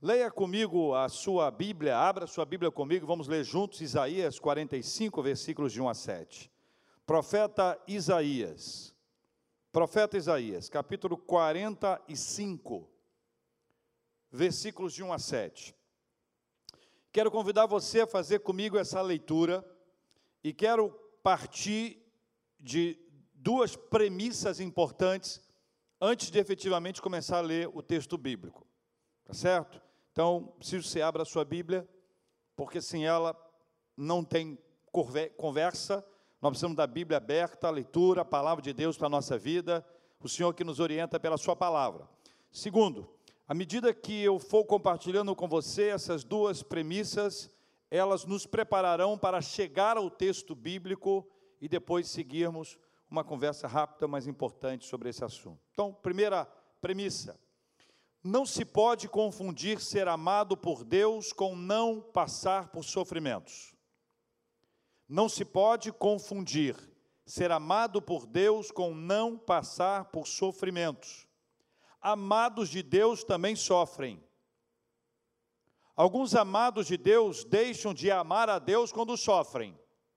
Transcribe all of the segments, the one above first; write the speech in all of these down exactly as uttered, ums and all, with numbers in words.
Leia comigo a sua Bíblia, abra sua Bíblia comigo, vamos ler juntos Isaías quarenta e cinco, versículos de um a sete. Profeta Isaías, profeta Isaías, capítulo quarenta e cinco, versículos de um a sete. Quero convidar você a fazer comigo essa leitura e quero partir de duas premissas importantes antes de efetivamente começar a ler o texto bíblico, tá certo? Então, preciso que você abra a sua Bíblia, porque sem ela não tem conversa. Nós precisamos da Bíblia aberta, a leitura, a palavra de Deus para a nossa vida, o Senhor que nos orienta pela sua palavra. Segundo, à medida que eu for compartilhando com você essas duas premissas, elas nos prepararão para chegar ao texto bíblico e depois seguirmos uma conversa rápida, mas importante sobre esse assunto. Então, primeira premissa: não se pode confundir ser amado por Deus com não passar por sofrimentos. Não se pode confundir ser amado por Deus com não passar por sofrimentos. Amados de Deus também sofrem. Alguns amados de Deus deixam de amar a Deus quando sofrem.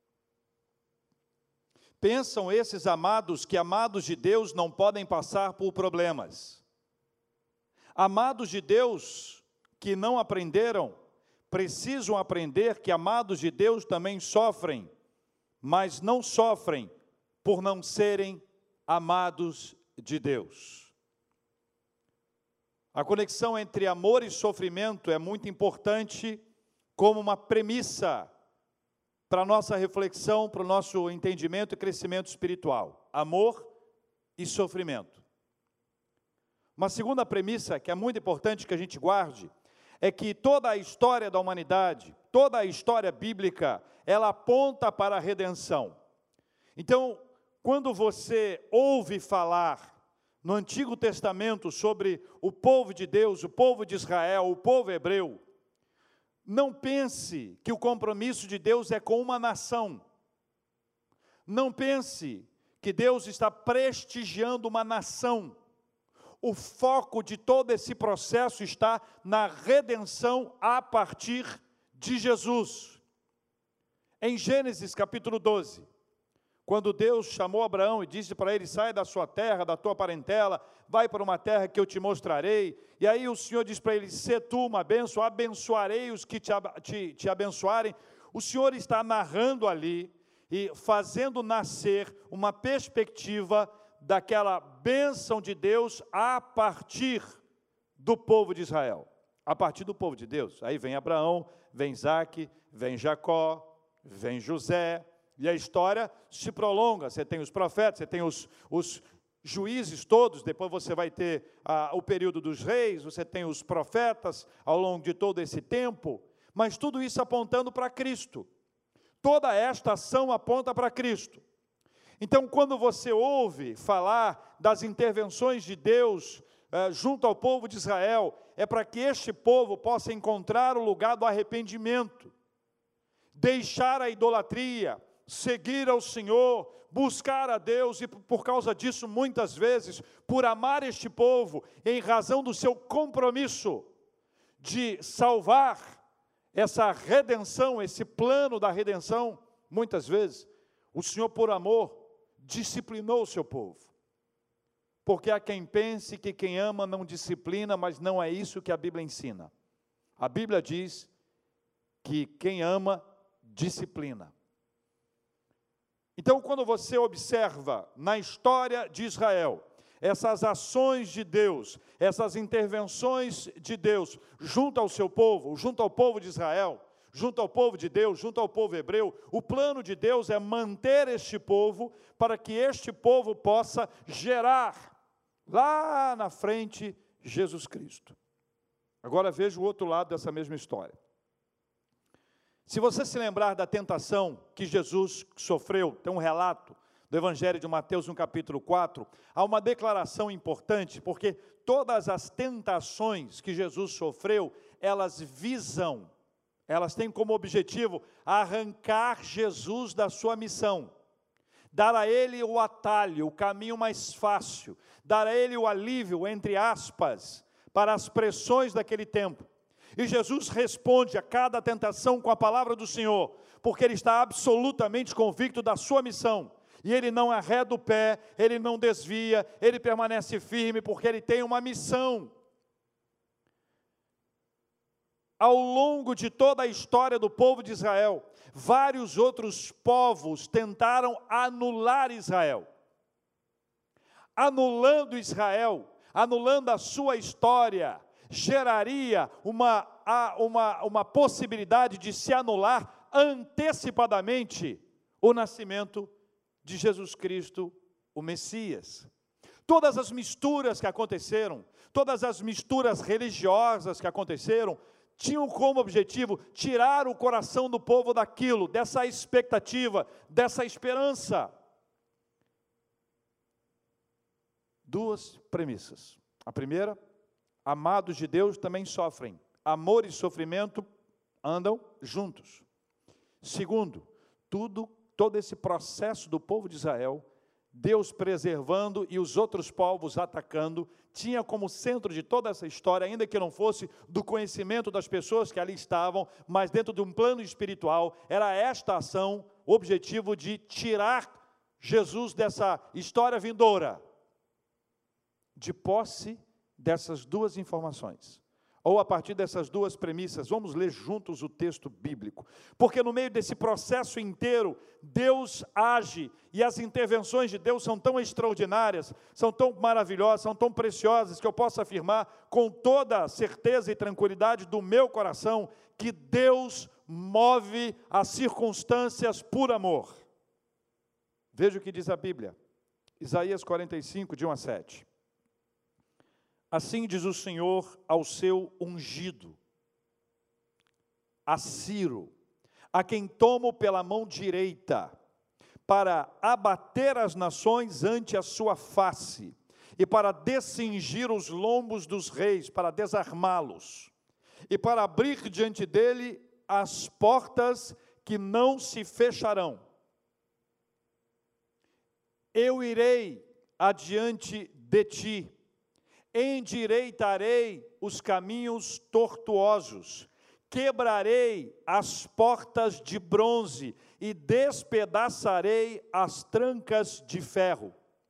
Pensam esses amados que amados de Deus não podem passar por problemas. Amados de Deus que não aprenderam, precisam aprender que amados de Deus também sofrem, mas não sofrem por não serem amados de Deus. A conexão entre amor e sofrimento é muito importante como uma premissa para a nossa reflexão, para o nosso entendimento e crescimento espiritual. Amor e sofrimento. Uma segunda premissa, que é muito importante que a gente guarde, é que toda a história da humanidade, toda a história bíblica, ela aponta para a redenção. Então, quando você ouve falar no Antigo Testamento sobre o povo de Deus, o povo de Israel, o povo hebreu, não pense que o compromisso de Deus é com uma nação. Não pense que Deus está prestigiando uma nação. O foco de todo esse processo está na redenção a partir de Jesus. Em Gênesis capítulo doze, quando Deus chamou Abraão e disse para ele: sai da sua terra, da tua parentela, vai para uma terra que eu te mostrarei. E aí o Senhor diz para ele: sê tu uma bênção, abençoarei os que te, te, te abençoarem. O Senhor está narrando ali e fazendo nascer uma perspectiva daquela bênção de Deus a partir do povo de Israel. A partir do povo de Deus. Aí vem Abraão, vem Isaque, vem Jacó, vem José. E a história se prolonga, você tem os profetas, você tem os, os juízes todos, depois você vai ter ah, o período dos reis, você tem os profetas ao longo de todo esse tempo, mas tudo isso apontando para Cristo. Toda esta ação aponta para Cristo. Então, quando você ouve falar das intervenções de Deus eh, junto ao povo de Israel, é para que este povo possa encontrar o lugar do arrependimento, deixar a idolatria, seguir ao Senhor, buscar a Deus, e por causa disso, muitas vezes, por amar este povo, em razão do seu compromisso de salvar essa redenção, esse plano da redenção, muitas vezes, o Senhor, por amor, disciplinou o seu povo. Porque há quem pense que quem ama não disciplina, mas não é isso que a Bíblia ensina. A Bíblia diz que quem ama, disciplina. Então, quando você observa na história de Israel, essas ações de Deus, essas intervenções de Deus, junto ao seu povo, junto ao povo de Israel, junto ao povo de Deus, junto ao povo hebreu, o plano de Deus é manter este povo, para que este povo possa gerar, lá na frente, Jesus Cristo. Agora veja o outro lado dessa mesma história. Se você se lembrar da tentação que Jesus sofreu, tem um relato do Evangelho de Mateus, no capítulo quatro, há uma declaração importante, porque todas as tentações que Jesus sofreu, elas visam, elas têm como objetivo arrancar Jesus da sua missão, dar a ele o atalho, o caminho mais fácil, dar a ele o alívio, entre aspas, para as pressões daquele tempo. E Jesus responde a cada tentação com a palavra do Senhor, porque ele está absolutamente convicto da sua missão. E ele não arreda o pé, ele não desvia, ele permanece firme, porque ele tem uma missão. Ao longo de toda a história do povo de Israel, vários outros povos tentaram anular Israel. Anulando Israel, anulando a sua história, geraria uma, uma, uma possibilidade de se anular antecipadamente o nascimento de Jesus Cristo, o Messias. Todas as misturas que aconteceram, todas as misturas religiosas que aconteceram, tinham como objetivo tirar o coração do povo daquilo, dessa expectativa, dessa esperança. Duas premissas. A primeira, amados de Deus também sofrem. Amor e sofrimento andam juntos. Segundo, tudo, todo esse processo do povo de Israel, Deus preservando e os outros povos atacando, tinha como centro de toda essa história, ainda que não fosse do conhecimento das pessoas que ali estavam, mas dentro de um plano espiritual, era esta ação, o objetivo de tirar Jesus dessa história vindoura, de posse dessas duas informações, ou a partir dessas duas premissas. Vamos ler juntos o texto bíblico, porque no meio desse processo inteiro, Deus age, e as intervenções de Deus são tão extraordinárias, são tão maravilhosas, são tão preciosas, que eu posso afirmar com toda a certeza e tranquilidade do meu coração, que Deus move as circunstâncias por amor. Veja o que diz a Bíblia, Isaías quarenta e cinco, de um a sete. Assim diz o Senhor ao seu ungido, a Ciro, a quem tomo pela mão direita, para abater as nações ante a sua face, e para descingir os lombos dos reis, para desarmá-los, e para abrir diante dele as portas que não se fecharão. Eu irei adiante de ti, endireitarei os caminhos tortuosos, quebrarei as portas de bronze e despedaçarei as trancas de ferro.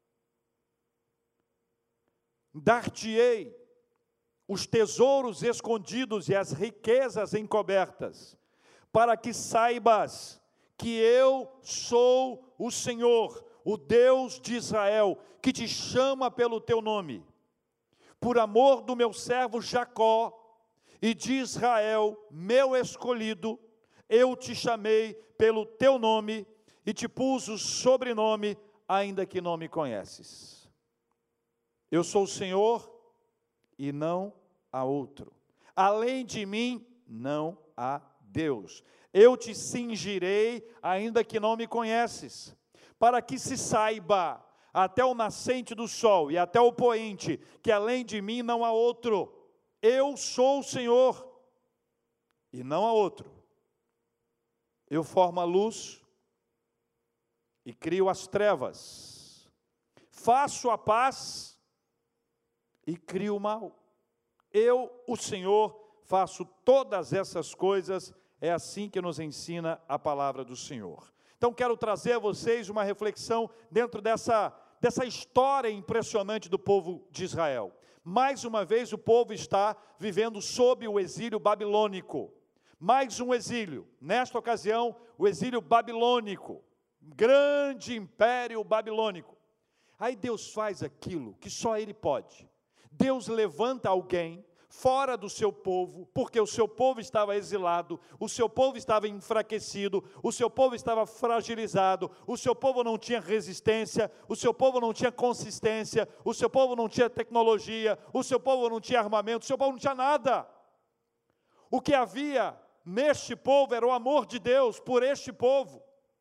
Dar-te-ei os tesouros escondidos e as riquezas encobertas, para que saibas que eu sou o Senhor, o Deus de Israel, que te chama pelo teu nome. Por amor do meu servo Jacó e de Israel, meu escolhido, eu te chamei pelo teu nome e te pus o sobrenome, ainda que não me conheces. Eu sou o Senhor e não há outro. Além de mim, não há Deus. Eu te cingirei, ainda que não me conheces, para que se saiba até o nascente do sol e até o poente, que além de mim não há outro. Eu sou o Senhor, e não há outro. Eu formo a luz e crio as trevas. Faço a paz e crio o mal. Eu, o Senhor, faço todas essas coisas. É assim que nos ensina a palavra do Senhor. Então quero trazer a vocês uma reflexão dentro dessa dessa história impressionante do povo de Israel. Mais uma vez o povo está vivendo sob o exílio babilônico. Mais um exílio, nesta ocasião o exílio babilônico, grande império babilônico. Aí Deus faz aquilo que só Ele pode. Deus levanta alguém fora do seu povo, porque o seu povo estava exilado, o seu povo estava enfraquecido, o seu povo estava fragilizado, o seu povo não tinha resistência, o seu povo não tinha consistência, o seu povo não tinha tecnologia, o seu povo não tinha armamento, o seu povo não tinha nada. O que havia neste povo era o amor de Deus por este povo. O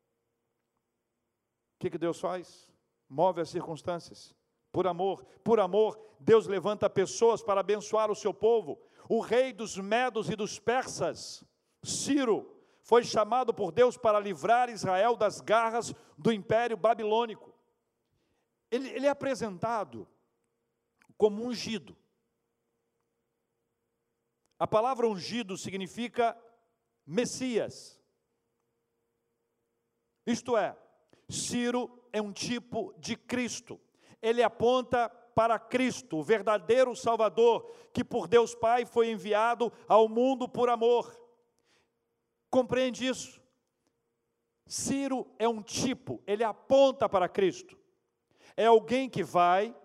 que que Deus faz? Move as circunstâncias. Por amor, por amor, Deus levanta pessoas para abençoar o seu povo. O rei dos medos e dos persas, Ciro, foi chamado por Deus para livrar Israel das garras do império babilônico. Ele, ele é apresentado como ungido. A palavra ungido significa Messias. Isto é, Ciro é um tipo de Cristo. Ele aponta para Cristo, o verdadeiro Salvador, que por Deus Pai foi enviado ao mundo por amor. Compreende isso? Ciro é um tipo, ele aponta para Cristo. É alguém que vai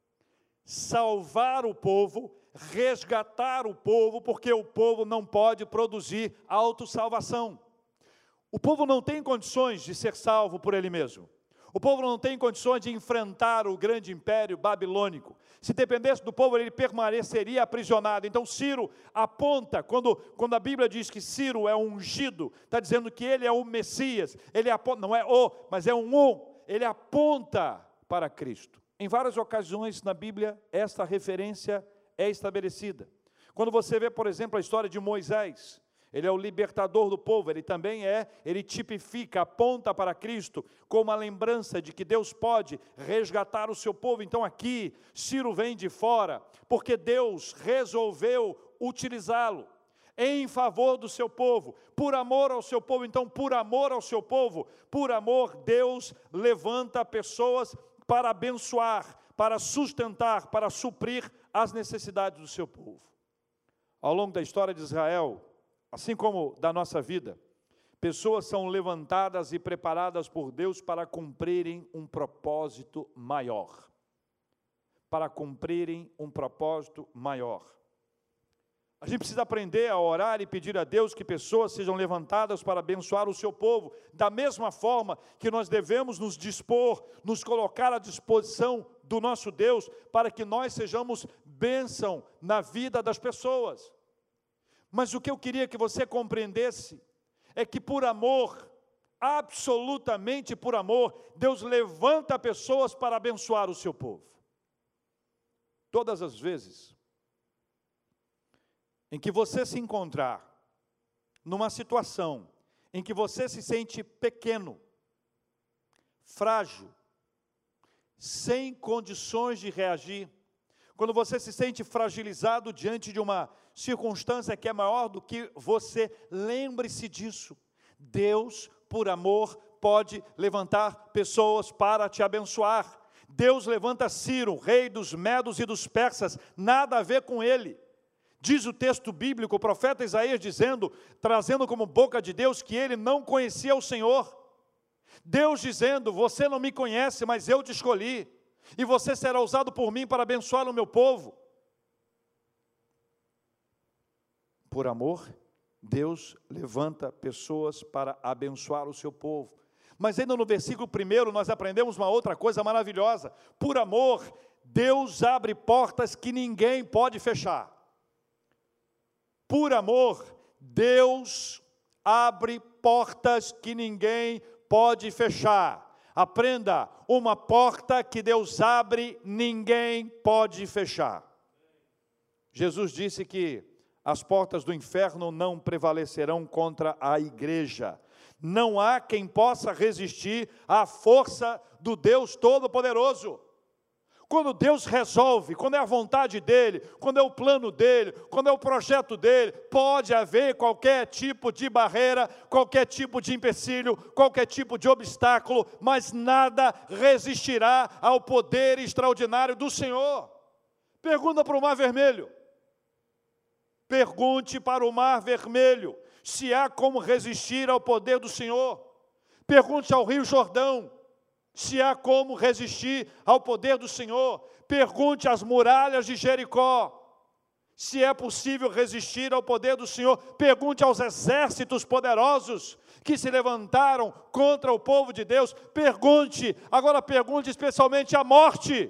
salvar o povo, resgatar o povo, porque o povo não pode produzir autossalvação. O povo não tem condições de ser salvo por ele mesmo. O povo não tem condições de enfrentar o grande império babilônico. Se dependesse do povo, ele permaneceria aprisionado. Então Ciro aponta, quando, quando a Bíblia diz que Ciro é ungido, está dizendo que ele é o Messias. Ele aponta, não é o, mas é um o. Ele aponta para Cristo. Em várias ocasiões na Bíblia, esta referência é estabelecida. Quando você vê, por exemplo, a história de Moisés, ele é o libertador do povo, ele também é, ele tipifica, aponta para Cristo, com uma lembrança de que Deus pode resgatar o seu povo. Então aqui, Ciro vem de fora, porque Deus resolveu utilizá-lo em favor do seu povo, por amor ao seu povo. Então, por amor ao seu povo, por amor, Deus levanta pessoas para abençoar, para sustentar, para suprir as necessidades do seu povo. Ao longo da história de Israel, assim como da nossa vida, pessoas são levantadas e preparadas por Deus para cumprirem um propósito maior. Para cumprirem um propósito maior. A gente precisa aprender a orar e pedir a Deus que pessoas sejam levantadas para abençoar o seu povo, da mesma forma que nós devemos nos dispor, nos colocar à disposição do nosso Deus, para que nós sejamos bênção na vida das pessoas. Mas o que eu queria que você compreendesse é que por amor, absolutamente por amor, Deus levanta pessoas para abençoar o seu povo. Todas as vezes em que você se encontrar numa situação em que você se sente pequeno, frágil, sem condições de reagir, quando você se sente fragilizado diante de uma circunstância que é maior do que você, lembre-se disso. Deus, por amor, pode levantar pessoas para te abençoar. Deus levanta Ciro, rei dos medos e dos persas, nada a ver com ele. Diz o texto bíblico, o profeta Isaías dizendo, trazendo como boca de Deus, que ele não conhecia o Senhor. Deus dizendo, você não me conhece, mas eu te escolhi, e você será usado por mim para abençoar o meu povo. Por amor, Deus levanta pessoas para abençoar o seu povo. Mas ainda no versículo primeiro, nós aprendemos uma outra coisa maravilhosa. Por amor, Deus abre portas que ninguém pode fechar. Por amor, Deus abre portas que ninguém pode fechar. Aprenda, uma porta que Deus abre, ninguém pode fechar. Jesus disse que as portas do inferno não prevalecerão contra a igreja. Não há quem possa resistir à força do Deus Todo-Poderoso. Quando Deus resolve, quando é a vontade dEle, quando é o plano dEle, quando é o projeto dEle, pode haver qualquer tipo de barreira, qualquer tipo de empecilho, qualquer tipo de obstáculo, mas nada resistirá ao poder extraordinário do Senhor. Pergunta para o Mar Vermelho. Pergunte para o Mar Vermelho se há como resistir ao poder do Senhor. Pergunte ao Rio Jordão se há como resistir ao poder do Senhor. Pergunte às muralhas de Jericó se é possível resistir ao poder do Senhor. Pergunte aos exércitos poderosos que se levantaram contra o povo de Deus. Pergunte, agora pergunte especialmente à morte.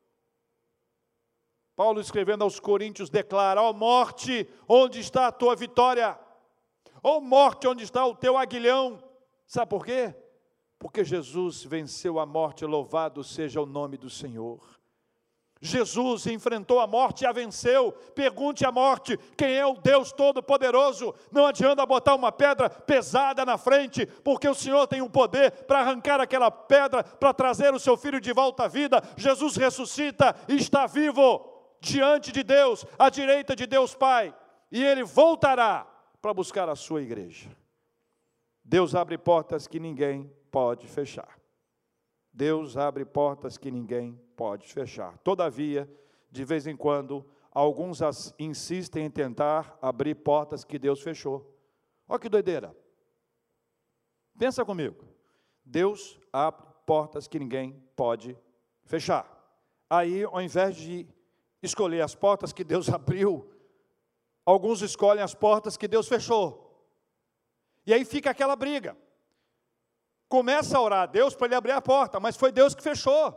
Paulo, escrevendo aos Coríntios, declara: ó morte, onde está a tua vitória? Ó morte, onde está o teu aguilhão? Sabe por quê? Porque Jesus venceu a morte, louvado seja o nome do Senhor. Jesus enfrentou a morte e a venceu. Pergunte à morte, quem é o Deus Todo-Poderoso? Não adianta botar uma pedra pesada na frente, porque o Senhor tem um poder para arrancar aquela pedra, para trazer o seu filho de volta à vida. Jesus ressuscita e está vivo diante de Deus, à direita de Deus Pai. e Ele voltará para buscar a sua igreja. Deus abre portas que ninguém pode fechar. Deus abre portas que ninguém pode fechar. Todavia, de vez em quando, alguns insistem em tentar abrir portas que Deus fechou. Olha que doideira. Pensa comigo. Deus abre portas que ninguém pode fechar. Aí, ao invés de escolher as portas que Deus abriu, alguns escolhem as portas que Deus fechou. E aí fica aquela briga. Começa a orar a Deus para Ele abrir a porta, mas foi Deus que fechou.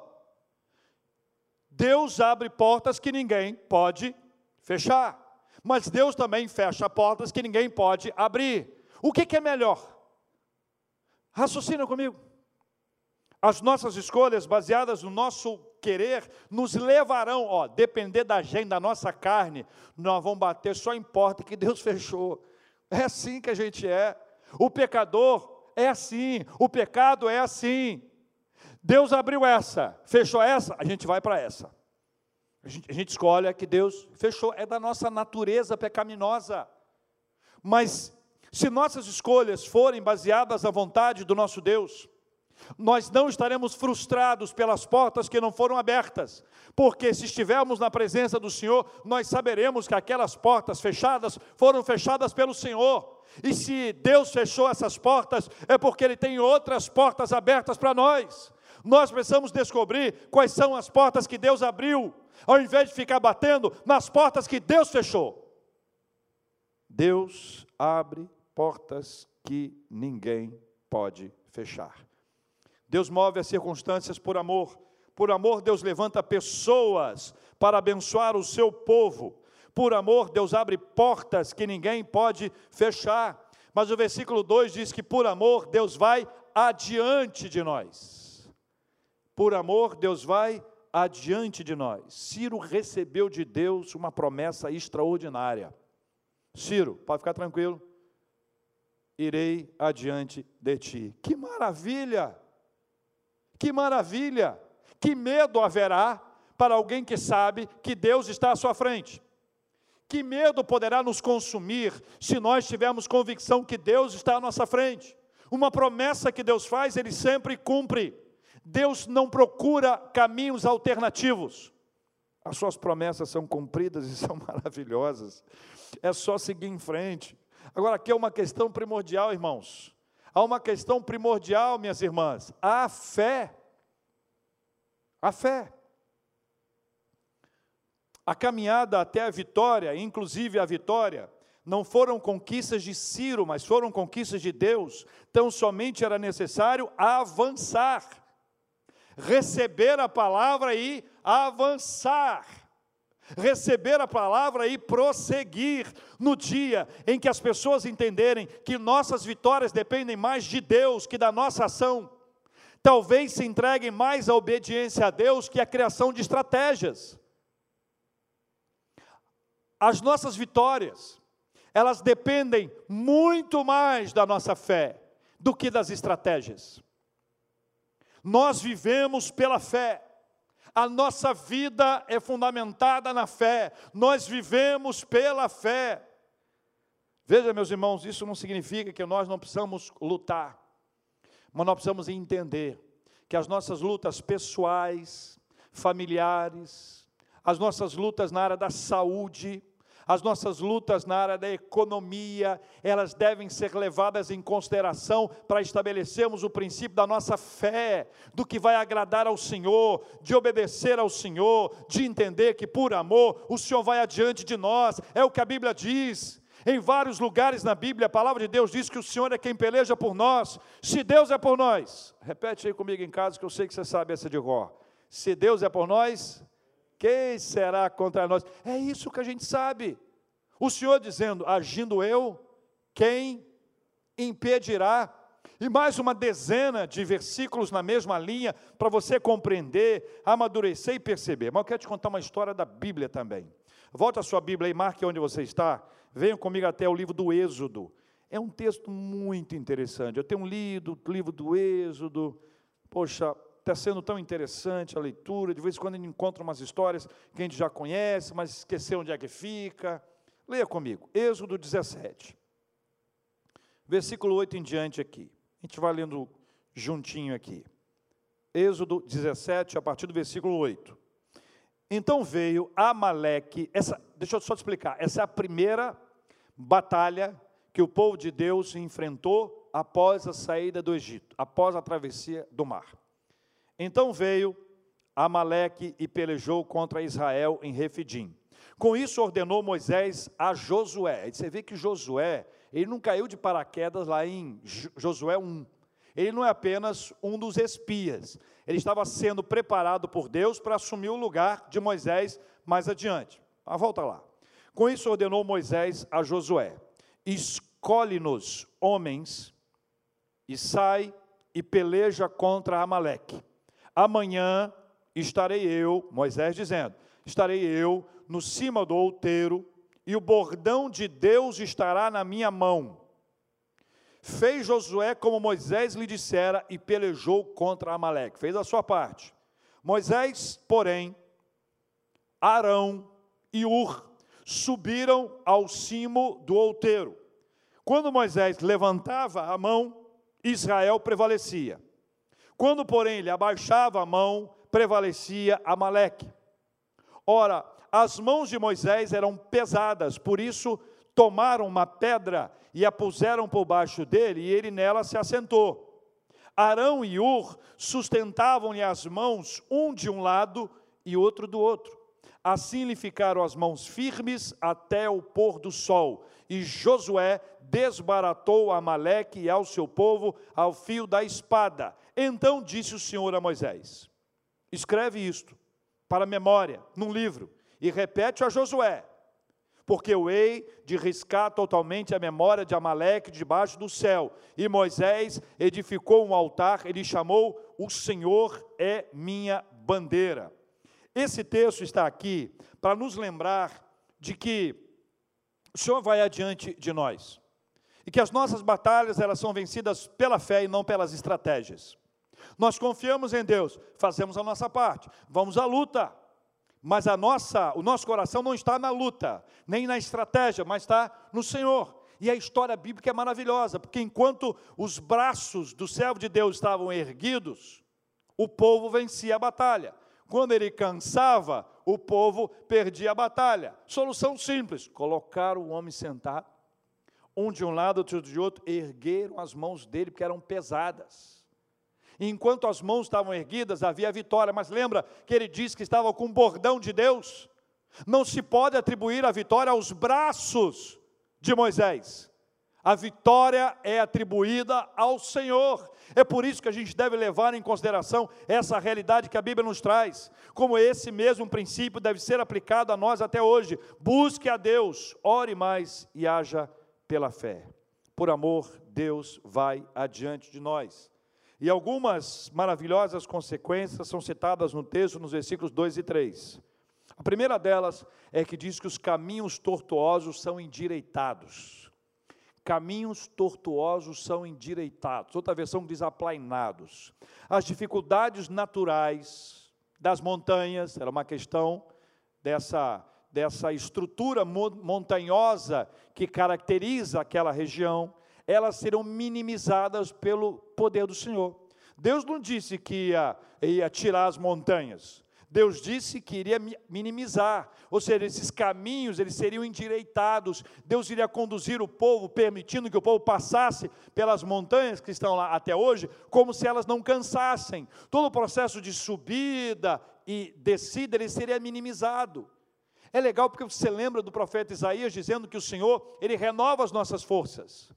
Deus abre portas que ninguém pode fechar, mas Deus também fecha portas que ninguém pode abrir. O que, que é melhor? Raciocina comigo. As nossas escolhas baseadas no nosso querer nos levarão, ó, depender da gente, da nossa carne, nós vamos bater só em porta que Deus fechou. É assim que a gente é. O pecador é assim, o pecado é assim. Deus abriu essa, fechou essa, a gente vai para essa. A gente, a gente escolhe a que Deus fechou, é da nossa natureza pecaminosa. Mas se nossas escolhas forem baseadas na vontade do nosso Deus, nós não estaremos frustrados pelas portas que não foram abertas, porque se estivermos na presença do Senhor, nós saberemos que aquelas portas fechadas foram fechadas pelo Senhor. E se Deus fechou essas portas, é porque Ele tem outras portas abertas para nós. Nós precisamos descobrir quais são as portas que Deus abriu, ao invés de ficar batendo nas portas que Deus fechou. Deus abre portas que ninguém pode fechar. Deus move as circunstâncias por amor. Por amor, Deus levanta pessoas para abençoar o seu povo. Por amor, Deus abre portas que ninguém pode fechar. Mas o versículo dois diz que por amor, Deus vai adiante de nós. Por amor, Deus vai adiante de nós. Ciro recebeu de Deus uma promessa extraordinária. Ciro, pode ficar tranquilo, irei adiante de ti. Que maravilha! Que maravilha! Que medo haverá para alguém que sabe que Deus está à sua frente? Que medo poderá nos consumir se nós tivermos convicção que Deus está à nossa frente? Uma promessa que Deus faz, Ele sempre cumpre. Deus não procura caminhos alternativos. As suas promessas são cumpridas e são maravilhosas. É só seguir em frente. Agora, aqui é uma questão primordial, irmãos. Há uma questão primordial, minhas irmãs. A fé. A fé. A caminhada até a vitória, inclusive a vitória, não foram conquistas de Ciro, mas foram conquistas de Deus. Então, somente era necessário avançar. Receber a palavra e avançar. Receber a palavra e prosseguir. No dia em que as pessoas entenderem que nossas vitórias dependem mais de Deus que da nossa ação, talvez se entreguem mais à obediência a Deus que à criação de estratégias. As nossas vitórias, elas dependem muito mais da nossa fé do que das estratégias. Nós vivemos pela fé. A nossa vida é fundamentada na fé. Nós vivemos pela fé. Veja, meus irmãos, isso não significa que nós não precisamos lutar, mas nós precisamos entender que as nossas lutas pessoais, familiares, as nossas lutas na área da saúde, as nossas lutas na área da economia, elas devem ser levadas em consideração para estabelecermos o princípio da nossa fé, do que vai agradar ao Senhor, de obedecer ao Senhor, de entender que por amor o Senhor vai adiante de nós. É o que a Bíblia diz. Em vários lugares na Bíblia, a palavra de Deus diz que o Senhor é quem peleja por nós. Se Deus é por nós, repete aí comigo em casa, que eu sei que você sabe essa de cor. Se Deus é por nós, quem será contra nós? É isso que a gente sabe. O Senhor dizendo, agindo eu, quem impedirá? E mais uma dezena de versículos na mesma linha, para você compreender, amadurecer e perceber. Mas eu quero te contar uma história da Bíblia também. Volte a sua Bíblia e marque onde você está. Venham comigo até o livro do Êxodo. É um texto muito interessante. Eu tenho lido o livro do Êxodo. Poxa, está sendo tão interessante a leitura. De vez em quando a gente encontra umas histórias que a gente já conhece, mas esqueceu onde é que fica. Leia comigo, Êxodo dezessete, versículo oito em diante aqui. A gente vai lendo juntinho aqui. Êxodo dezessete, a partir do versículo oito. Então veio Amaleque, essa, deixa eu só te explicar, essa é a primeira batalha que o povo de Deus enfrentou após a saída do Egito, após a travessia do mar. Então veio Amaleque e pelejou contra Israel em Refidim. Com isso ordenou Moisés a Josué. Aí você vê que Josué, ele não caiu de paraquedas lá em Josué um. Ele não é apenas um dos espias. Ele estava sendo preparado por Deus para assumir o lugar de Moisés mais adiante. Mas volta lá. Com isso ordenou Moisés a Josué: escolhe-nos homens e sai e peleja contra Amaleque. Amanhã estarei eu, Moisés dizendo, estarei eu no cima do outeiro, e o bordão de Deus estará na minha mão. Fez Josué como Moisés lhe dissera, e pelejou contra Amaleque. Fez a sua parte. Moisés, porém, Arão e Ur subiram ao cimo do outeiro. Quando Moisés levantava a mão, Israel prevalecia. Quando, porém, ele abaixava a mão, prevalecia Amaleque. Ora, as mãos de Moisés eram pesadas, por isso tomaram uma pedra e a puseram por baixo dele, e ele nela se assentou. Arão e Ur sustentavam-lhe as mãos, um de um lado e outro do outro. Assim lhe ficaram as mãos firmes até o pôr do sol, e Josué desbaratou Amaleque e ao seu povo ao fio da espada. Então disse o Senhor a Moisés: escreve isto para memória num livro, e repete a Josué, porque eu hei de riscar totalmente a memória de Amaleque debaixo do céu. E Moisés edificou um altar, ele chamou: o Senhor é minha bandeira. Esse texto está aqui para nos lembrar de que o Senhor vai adiante de nós, e que as nossas batalhas, elas são vencidas pela fé e não pelas estratégias. Nós confiamos em Deus, fazemos a nossa parte, vamos à luta, mas a nossa, o nosso coração não está na luta, nem na estratégia, mas está no Senhor. E a história bíblica é maravilhosa, porque enquanto os braços do servo de Deus estavam erguidos, o povo vencia a batalha. Quando ele cansava, o povo perdia a batalha. Solução simples: colocar o homem sentado, um de um lado, outro de outro, ergueram as mãos dele, porque eram pesadas. E enquanto as mãos estavam erguidas, havia vitória. Mas lembra que ele disse que estava com o bordão de Deus? Não se pode atribuir a vitória aos braços de Moisés. A vitória é atribuída ao Senhor. É por isso que a gente deve levar em consideração essa realidade que a Bíblia nos traz. Como esse mesmo princípio deve ser aplicado a nós até hoje. Busque a Deus, ore mais e haja pela fé. Por amor, Deus vai adiante de nós. E algumas maravilhosas consequências são citadas no texto, nos versículos dois e três. A primeira delas é que diz que os caminhos tortuosos são endireitados. Caminhos tortuosos são endireitados. Outra versão diz aplainados. As dificuldades naturais das montanhas, era uma questão dessa, dessa estrutura montanhosa que caracteriza aquela região, elas serão minimizadas pelo poder do Senhor. Deus não disse que ia, ia tirar as montanhas. Deus disse que iria minimizar, ou seja, esses caminhos, eles seriam endireitados. Deus iria conduzir o povo, permitindo que o povo passasse pelas montanhas que estão lá até hoje, como se elas não cansassem. Todo o processo de subida e descida, ele seria minimizado. É legal porque você lembra do profeta Isaías dizendo que o Senhor, ele renova as nossas forças.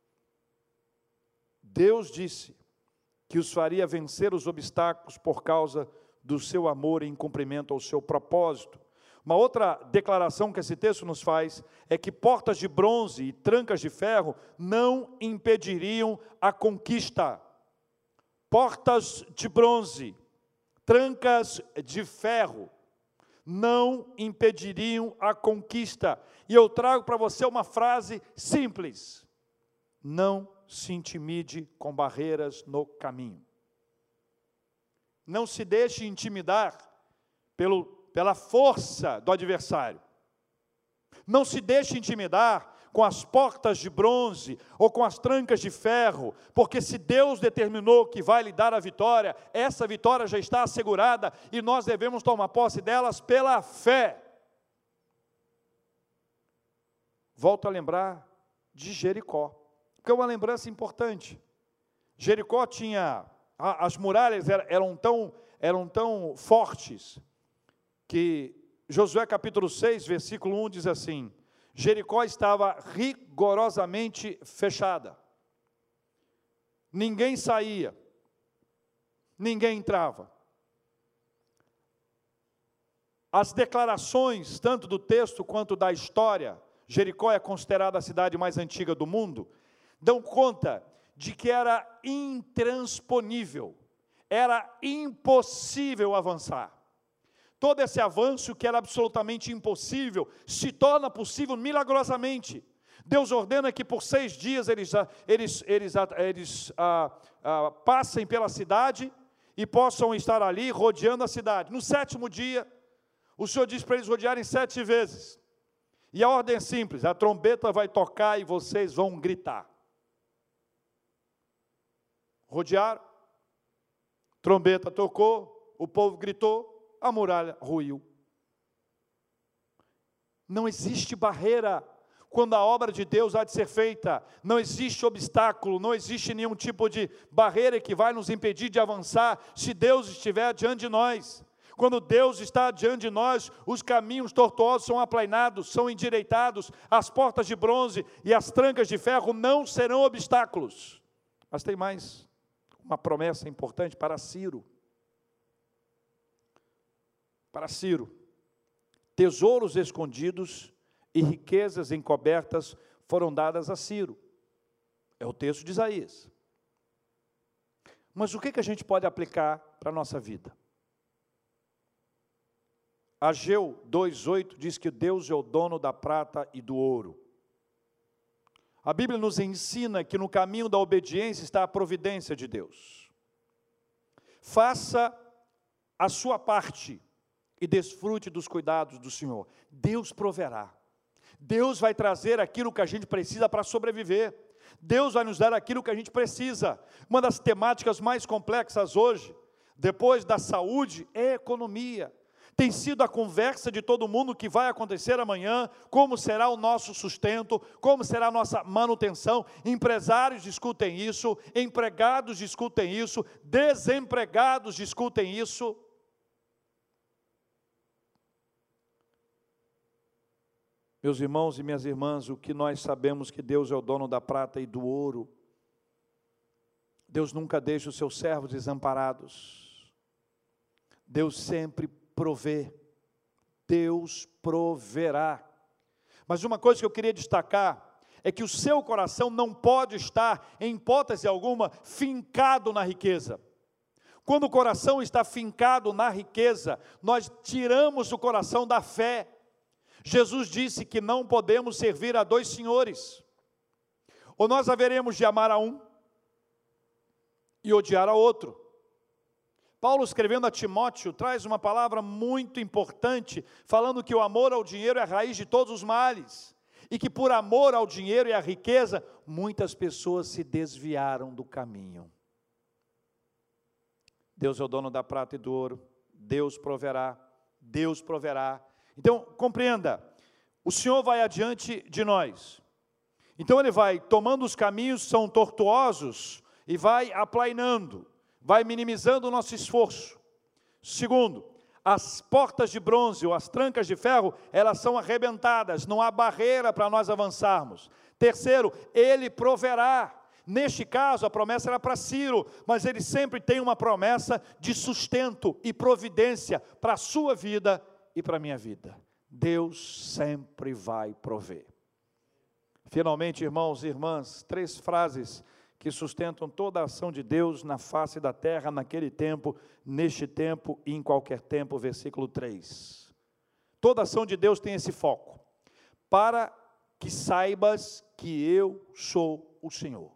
Deus disse que os faria vencer os obstáculos por causa do seu amor em cumprimento ao seu propósito. Uma outra declaração que esse texto nos faz é que portas de bronze e trancas de ferro não impediriam a conquista. Portas de bronze, trancas de ferro não impediriam a conquista. E eu trago para você uma frase simples: não se intimide com barreiras no caminho. Não se deixe intimidar pelo, pela força do adversário. Não se deixe intimidar com as portas de bronze ou com as trancas de ferro, porque se Deus determinou que vai lhe dar a vitória, essa vitória já está assegurada e nós devemos tomar posse delas pela fé. Volto a lembrar de Jericó, que é uma lembrança importante. Jericó tinha, as muralhas eram tão, eram tão fortes, que Josué capítulo seis, versículo um diz assim: Jericó estava rigorosamente fechada, ninguém saía, ninguém entrava. As declarações, tanto do texto quanto da história, Jericó é considerada a cidade mais antiga do mundo, dão conta de que era intransponível, era impossível avançar. Todo esse avanço que era absolutamente impossível, se torna possível milagrosamente. Deus ordena que por seis dias eles, eles, eles, eles ah, ah, passem pela cidade e possam estar ali rodeando a cidade. No sétimo dia, o Senhor diz para eles rodearem sete vezes. E a ordem é simples: a trombeta vai tocar e vocês vão gritar. Rodearam, trombeta tocou, o povo gritou, a muralha ruiu. Não existe barreira quando a obra de Deus há de ser feita. Não existe obstáculo, não existe nenhum tipo de barreira que vai nos impedir de avançar, se Deus estiver diante de nós. Quando Deus está diante de nós, os caminhos tortuosos são aplainados, são endireitados, as portas de bronze e as trancas de ferro não serão obstáculos. Mas tem mais uma promessa importante para Ciro. Para Ciro, tesouros escondidos e riquezas encobertas foram dadas a Ciro. É o texto de Isaías. Mas o que que a gente pode aplicar para a nossa vida? Ageu dois, oito diz que Deus é o dono da prata e do ouro. A Bíblia nos ensina que no caminho da obediência está a providência de Deus. Faça a sua parte e desfrute dos cuidados do Senhor. Deus proverá. Deus vai trazer aquilo que a gente precisa para sobreviver. Deus vai nos dar aquilo que a gente precisa. Uma das temáticas mais complexas hoje, depois da saúde, é a economia. Tem sido a conversa de todo mundo o que vai acontecer amanhã, como será o nosso sustento, como será a nossa manutenção. Empresários discutem isso, empregados discutem isso, desempregados discutem isso. Meus irmãos e minhas irmãs, o que nós sabemos que Deus é o dono da prata e do ouro. Deus nunca deixa os seus servos desamparados. Deus sempre provê. Deus proverá. Mas uma coisa que eu queria destacar é que o seu coração não pode estar, em hipótese alguma, fincado na riqueza. Quando o coração está fincado na riqueza, nós tiramos o coração da fé. Jesus disse que não podemos servir a dois senhores. Ou nós haveremos de amar a um e odiar a outro. Paulo, escrevendo a Timóteo, traz uma palavra muito importante, falando que o amor ao dinheiro é a raiz de todos os males, e que por amor ao dinheiro e à riqueza, muitas pessoas se desviaram do caminho. Deus é o dono da prata e do ouro, Deus proverá, Deus proverá. Então, compreenda, o Senhor vai adiante de nós. Então Ele vai tomando os caminhos que são tortuosos e vai aplainando, vai minimizando o nosso esforço. Segundo, as portas de bronze ou as trancas de ferro, elas são arrebentadas, não há barreira para nós avançarmos. Terceiro, Ele proverá. Neste caso, a promessa era para Ciro, mas Ele sempre tem uma promessa de sustento e providência para a sua vida e para a minha vida. Deus sempre vai prover. Finalmente, irmãos e irmãs, três frases que sustentam toda a ação de Deus na face da terra, naquele tempo, neste tempo e em qualquer tempo. Versículo três. Toda ação de Deus tem esse foco. Para que saibas que eu sou o Senhor.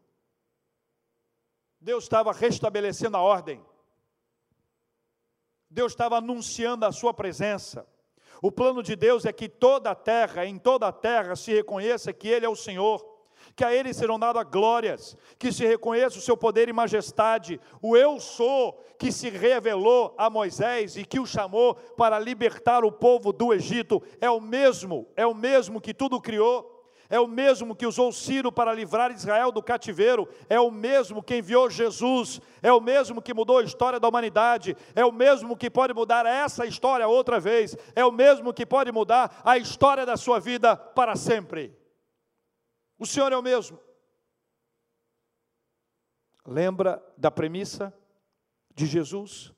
Deus estava restabelecendo a ordem. Deus estava anunciando a sua presença. O plano de Deus é que toda a terra, em toda a terra, se reconheça que Ele é o Senhor, que a Ele serão dadas glórias, que se reconheça o seu poder e majestade, o Eu Sou, que se revelou a Moisés e que o chamou para libertar o povo do Egito, é o mesmo, é o mesmo que tudo criou, é o mesmo que usou Ciro para livrar Israel do cativeiro, é o mesmo que enviou Jesus, é o mesmo que mudou a história da humanidade, é o mesmo que pode mudar essa história outra vez, é o mesmo que pode mudar a história da sua vida para sempre. O Senhor é o mesmo. Lembra da premissa de Jesus?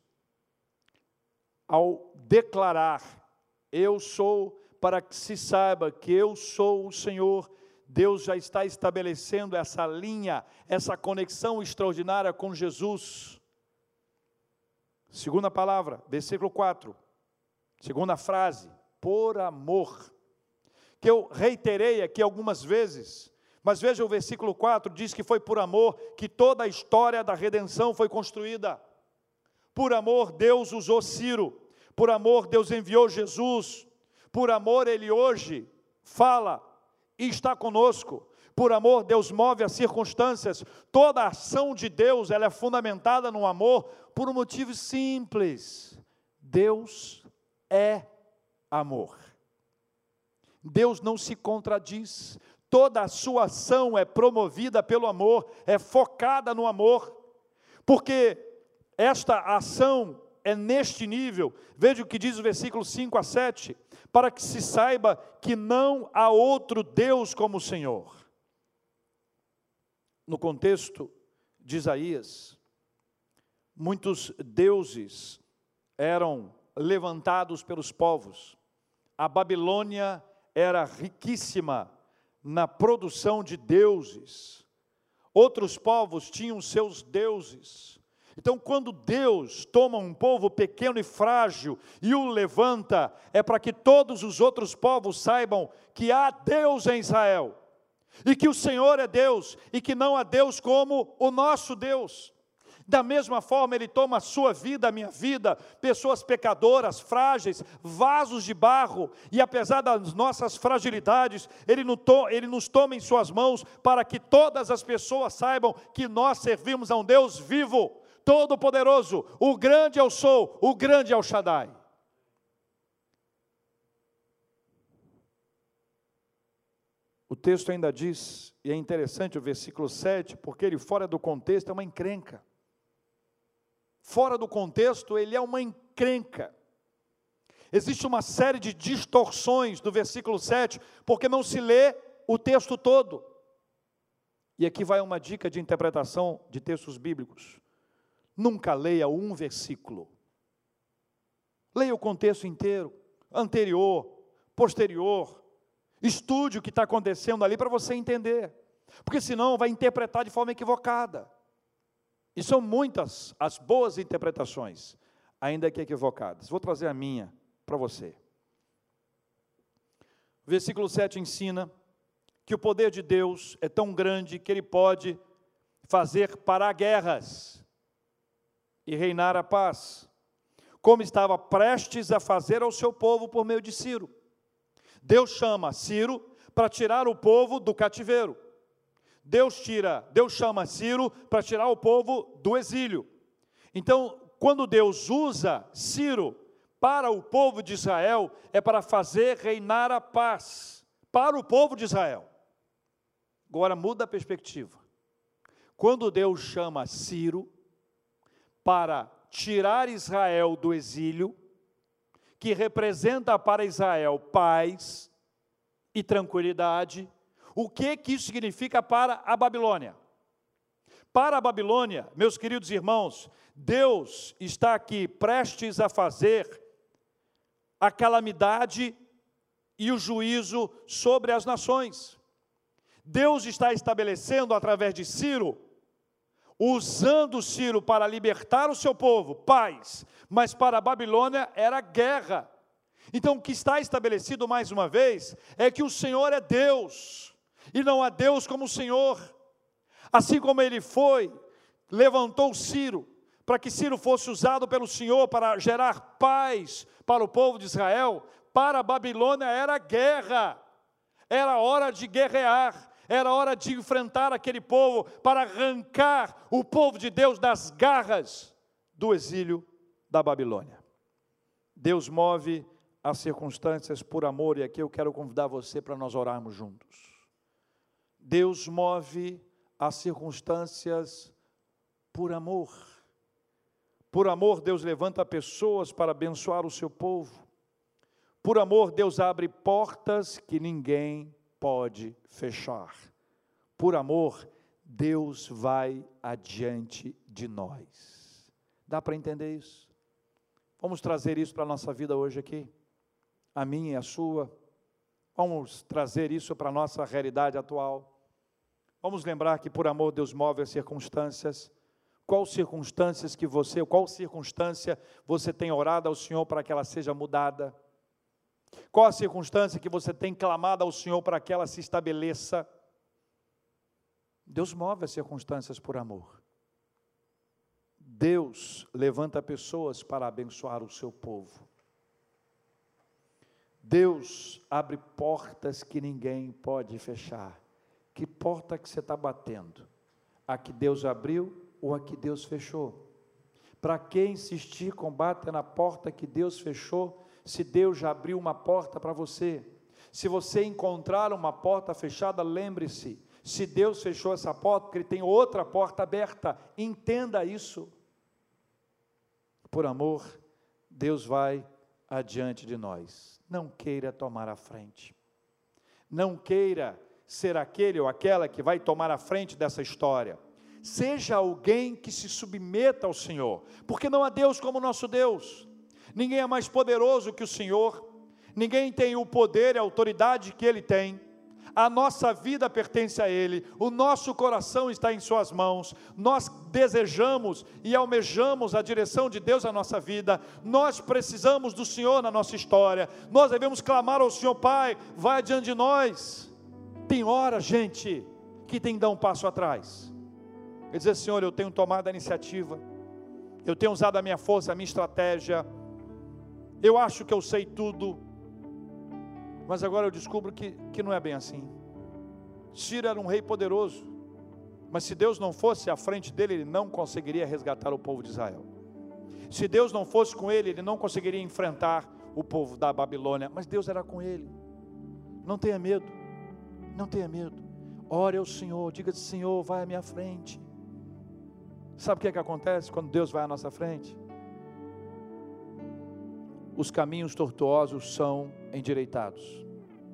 Ao declarar, eu sou, para que se saiba que eu sou o Senhor, Deus já está estabelecendo essa linha, essa conexão extraordinária com Jesus. Segunda palavra, versículo quatro, segunda frase, por amor, que eu reiterei aqui algumas vezes, mas veja o versículo quatro, diz que foi por amor que toda a história da redenção foi construída. Por amor Deus usou Ciro, por amor Deus enviou Jesus, por amor Ele hoje fala e está conosco, por amor Deus move as circunstâncias. Toda a ação de Deus, ela é fundamentada no amor, por um motivo simples: Deus é amor. Deus não se contradiz, toda a sua ação é promovida pelo amor, é focada no amor, porque esta ação é neste nível. Veja o que diz o versículo cinco a sete, para que se saiba que não há outro Deus como o Senhor. No contexto de Isaías, muitos deuses eram levantados pelos povos. A Babilônia era riquíssima na produção de deuses. Outros povos tinham seus deuses. Então, quando Deus toma um povo pequeno e frágil e o levanta, é para que todos os outros povos saibam que há Deus em Israel, e que o Senhor é Deus, e que não há Deus como o nosso Deus. Da mesma forma, Ele toma a sua vida, a minha vida, pessoas pecadoras, frágeis, vasos de barro, e apesar das nossas fragilidades, Ele nos toma em suas mãos, para que todas as pessoas saibam que nós servimos a um Deus vivo, Todo-Poderoso, o grande eu sou, o grande é o Shaddai. O texto ainda diz, e é interessante o versículo sete, porque ele fora do contexto é uma encrenca. Fora do contexto ele é uma encrenca. Existe uma série de distorções do versículo sete, porque não se lê o texto todo. E aqui vai uma dica de interpretação de textos bíblicos. Nunca leia um versículo. Leia o contexto inteiro, anterior, posterior. Estude o que está acontecendo ali para você entender. Porque senão vai interpretar de forma equivocada. E são muitas as boas interpretações, ainda que equivocadas. Vou trazer a minha para você. O versículo sete ensina que o poder de Deus é tão grande que Ele pode fazer parar guerras e reinar a paz, como estava prestes a fazer ao seu povo por meio de Ciro. Deus chama Ciro para tirar o povo do cativeiro. Deus tira, Deus chama Ciro para tirar o povo do exílio. Então, quando Deus usa Ciro para o povo de Israel, é para fazer reinar a paz para o povo de Israel. Agora muda a perspectiva. Quando Deus chama Ciro para tirar Israel do exílio, que representa para Israel paz e tranquilidade, o que que isso significa para a Babilônia? Para a Babilônia, meus queridos irmãos, Deus está aqui prestes a fazer a calamidade e o juízo sobre as nações. Deus está estabelecendo através de Ciro, usando Ciro para libertar o seu povo, paz, mas para a Babilônia era guerra. Então o que está estabelecido mais uma vez, é que o Senhor é Deus, e não há Deus como o Senhor. Assim como Ele foi, levantou Ciro, para que Ciro fosse usado pelo Senhor para gerar paz para o povo de Israel, para a Babilônia era guerra, era hora de guerrear, era hora de enfrentar aquele povo, para arrancar o povo de Deus das garras do exílio da Babilônia. Deus move as circunstâncias por amor, e aqui eu quero convidar você para nós orarmos juntos. Deus move as circunstâncias por amor. Por amor, Deus levanta pessoas para abençoar o seu povo. Por amor, Deus abre portas que ninguém pode fechar. Por amor, Deus vai adiante de nós. Dá para entender isso? Vamos trazer isso para a nossa vida hoje aqui? A minha e a sua. Vamos trazer isso para a nossa realidade atual. Vamos lembrar que por amor Deus move as circunstâncias. Qual circunstâncias que você, qual circunstância você tem orado ao Senhor para que ela seja mudada? Qual a circunstância que você tem clamado ao Senhor para que ela se estabeleça? Deus move as circunstâncias por amor. Deus levanta pessoas para abençoar o seu povo. Deus abre portas que ninguém pode fechar. Que porta que você está batendo? A que Deus abriu ou a que Deus fechou? Para que insistir com bater na porta que Deus fechou, se Deus já abriu uma porta para você? Se você encontrar uma porta fechada, lembre-se, se Deus fechou essa porta, porque Ele tem outra porta aberta, entenda isso. Por amor, Deus vai adiante de nós. Não queira tomar a frente. Não queira ser aquele ou aquela que vai tomar a frente dessa história. Seja alguém que se submeta ao Senhor, porque não há Deus como nosso Deus. Ninguém é mais poderoso que o Senhor, ninguém tem o poder e a autoridade que Ele tem. A nossa vida pertence a Ele, o nosso coração está em suas mãos, nós desejamos e almejamos a direção de Deus na nossa vida, nós precisamos do Senhor na nossa história, nós devemos clamar ao Senhor: Pai, vai adiante de nós. Tem hora, gente, que tem que dar um passo atrás, e dizer: Senhor, eu tenho tomado a iniciativa, eu tenho usado a minha força, a minha estratégia, eu acho que eu sei tudo, mas agora eu descubro que, que não é bem assim. Ciro era um rei poderoso, mas se Deus não fosse à frente dele, ele não conseguiria resgatar o povo de Israel. Se Deus não fosse com ele, ele não conseguiria enfrentar o povo da Babilônia, mas Deus era com ele. Não tenha medo, não tenha medo, ore ao Senhor, diga: Senhor, vai à minha frente. Sabe o que é que acontece quando Deus vai à nossa frente? Os caminhos tortuosos são endireitados.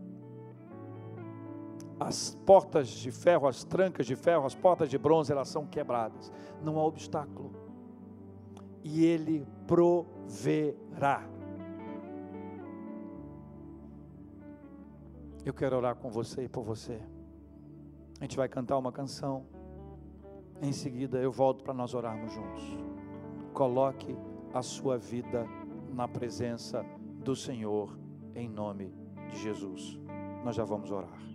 As portas de ferro, as trancas de ferro, as portas de bronze, elas são quebradas. Não há obstáculo. E Ele proverá. Eu quero orar com você e por você. A gente vai cantar uma canção. Em seguida eu volto para nós orarmos juntos. Coloque a sua vida na presença do Senhor, em nome de Jesus. Nós já vamos orar.